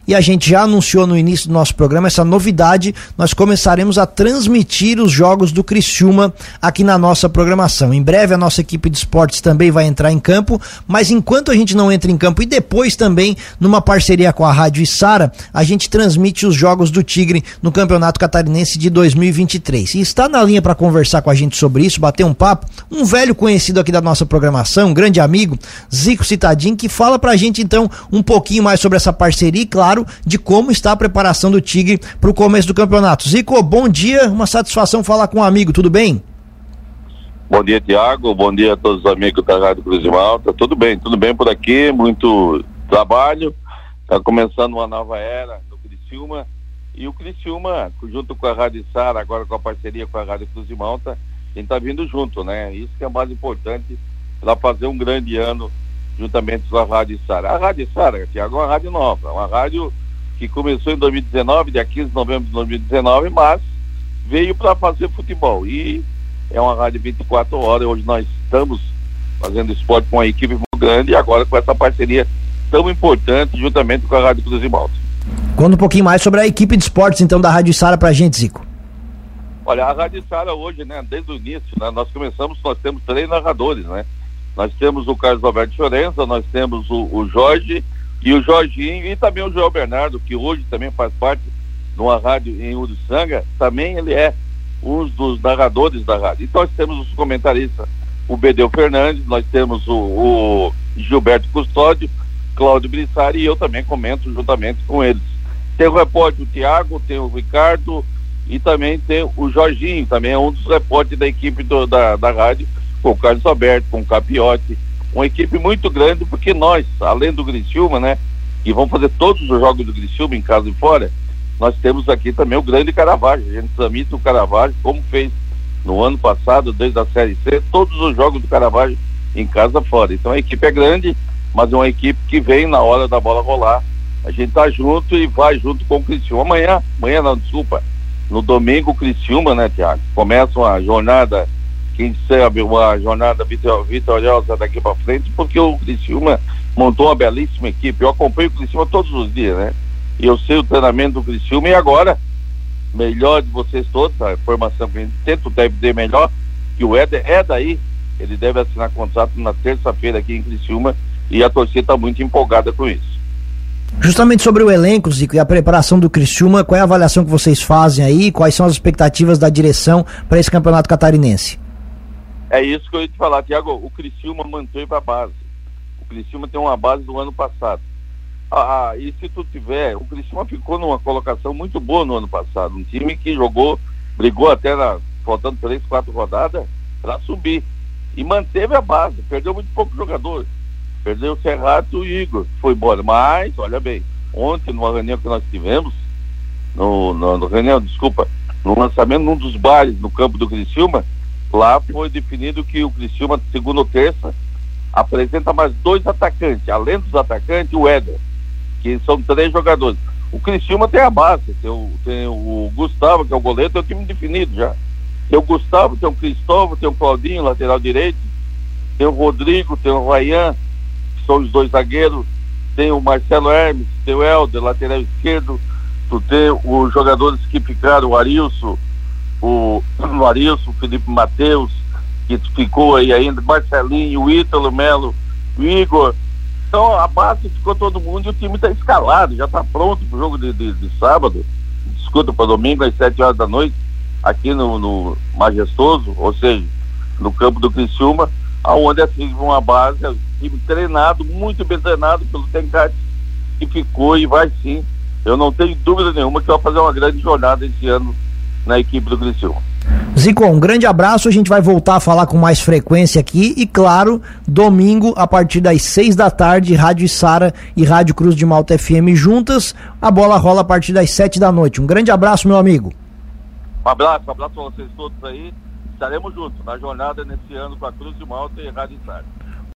e a gente já anunciou no início do nosso programa essa novidade, nós começaremos a transmitir os jogos do Criciúma aqui na nossa programação. Em breve a nossa equipe de esportes também vai entrar em campo, mas enquanto a gente não entra em campo e depois também numa parceria com a Rádio Içara, a gente transmite os jogos do Tigre no Campeonato Catarinense de 2023. E está na linha para conversar com a gente sobre isso, bater um papo, um velho conhecido aqui da nossa programação, um grande amigo, Zico Citadin, que fala pra gente então um pouquinho mais sobre essa parceria e, claro, de como está a preparação do Tigre pro começo do campeonato. Zico, bom dia, uma satisfação falar com um amigo, tudo bem? Bom dia, Tiago, bom dia a todos os amigos da Rádio Cruz de Malta, tudo bem por aqui, muito trabalho, tá começando uma nova era no Criciúma, e o Criciúma, junto com a Rádio Içara, agora com a parceria com a Rádio Cruz de Malta, a gente tá vindo junto, né? Isso que é o mais importante para fazer um grande ano juntamente com a Rádio Içara. A Rádio Içara, Tiago, é uma rádio nova, uma rádio que começou em 2019, dia 15 de novembro de 2019, mas veio para fazer futebol, e é uma rádio 24 horas, hoje nós estamos fazendo esporte com uma equipe muito grande, e agora com essa parceria tão importante juntamente com a Rádio Cruz de Malta. Conta um pouquinho mais sobre a equipe de esportes então da Rádio Içara pra gente, Zico. Olha, a Rádio Içara hoje, né, desde o início, né, nós temos 3 narradores, né? Nós temos o Carlos Alberto Fiorenza, nós temos o Jorge e o Jorginho, e também o Joel Bernardo, que hoje também faz parte de uma rádio em Uruçanga, também ele é um dos narradores da rádio. Então nós temos os comentaristas, o Bedeu Fernandes, nós temos o Gilberto Custódio, Cláudio Brissari, e eu também comento juntamente com eles. Tem o repórter o Tiago, tem o Ricardo, e também tem o Jorginho, também é um dos repórteres da equipe da rádio, com o Carlos Alberto, com o Capiotti, uma equipe muito grande, porque nós, além do Criciúma, né, e vamos fazer todos os jogos do Criciúma em casa e fora, nós temos aqui também o grande Caravaggio, a gente transmite o Caravaggio, como fez no ano passado, desde a Série C, todos os jogos do Caravaggio em casa e fora. Então a equipe é grande, mas é uma equipe que vem na hora da bola rolar, a gente tá junto e vai junto com o Criciúma. No domingo o Criciúma, né, Tiago, começa uma jornada, quem sabe, uma jornada vitoriosa daqui para frente, porque o Criciúma montou uma belíssima equipe. Eu acompanho o Criciúma todos os dias, né? E eu sei o treinamento do Criciúma, e agora, melhor de vocês todos, a informação que a gente tenta, deve ter melhor, que o Éder é daí, ele deve assinar contrato na terça-feira aqui em Criciúma, e a torcida está muito empolgada com isso. Justamente sobre o elenco, Zico, e a preparação do Criciúma, qual é a avaliação que vocês fazem aí? Quais são as expectativas da direção para esse campeonato catarinense? É isso que eu ia te falar, Tiago. O Criciúma manteve a base. O Criciúma tem uma base do ano passado. E se tu tiver, o Criciúma ficou numa colocação muito boa no ano passado. Um time que brigou até faltando 3, 4 rodadas para subir. E manteve a base. Perdeu muito pouco jogador. Perdeu o Serrato e o Igor, foi embora. Mas, olha bem, ontem, numa reunião que nós tivemos, no lançamento num dos bares no campo do Criciúma, lá foi definido que o Criciúma, segunda ou terça, apresenta mais 2 atacantes, além dos atacantes, o Éder, que são 3 jogadores. O Criciúma tem a base, tem o Gustavo, que é o goleiro, tem o time definido já. Tem o Gustavo, tem o Cristóvão, tem o Claudinho, lateral direito, tem o Rodrigo, tem o Ryan, são os 2 zagueiros, tem o Marcelo Hermes, tem o Helder, lateral esquerdo, tu tem os jogadores que ficaram, o Arilson, o Felipe Matheus, que ficou aí ainda, Marcelinho, o Ítalo Melo, o Igor. Então a base ficou todo mundo e o time está escalado, já está pronto para o jogo de sábado, para domingo às 7 horas da noite, aqui no Majestoso, ou seja, no campo do Criciúma, aonde assim uma base, time treinado, muito bem treinado pelo Tencate, que ficou e vai sim. Eu não tenho dúvida nenhuma que vai fazer uma grande jornada esse ano na equipe do Criciúma. Zico, um grande abraço, a gente vai voltar a falar com mais frequência aqui e, claro, domingo a partir das 6 da tarde, Rádio Içara e Rádio Cruz de Malta FM juntas, a bola rola a partir das 7 da noite. Um grande abraço, meu amigo. Um abraço a vocês todos aí, estaremos juntos na jornada nesse ano com a Cruz de Malta e a Rádio Içara.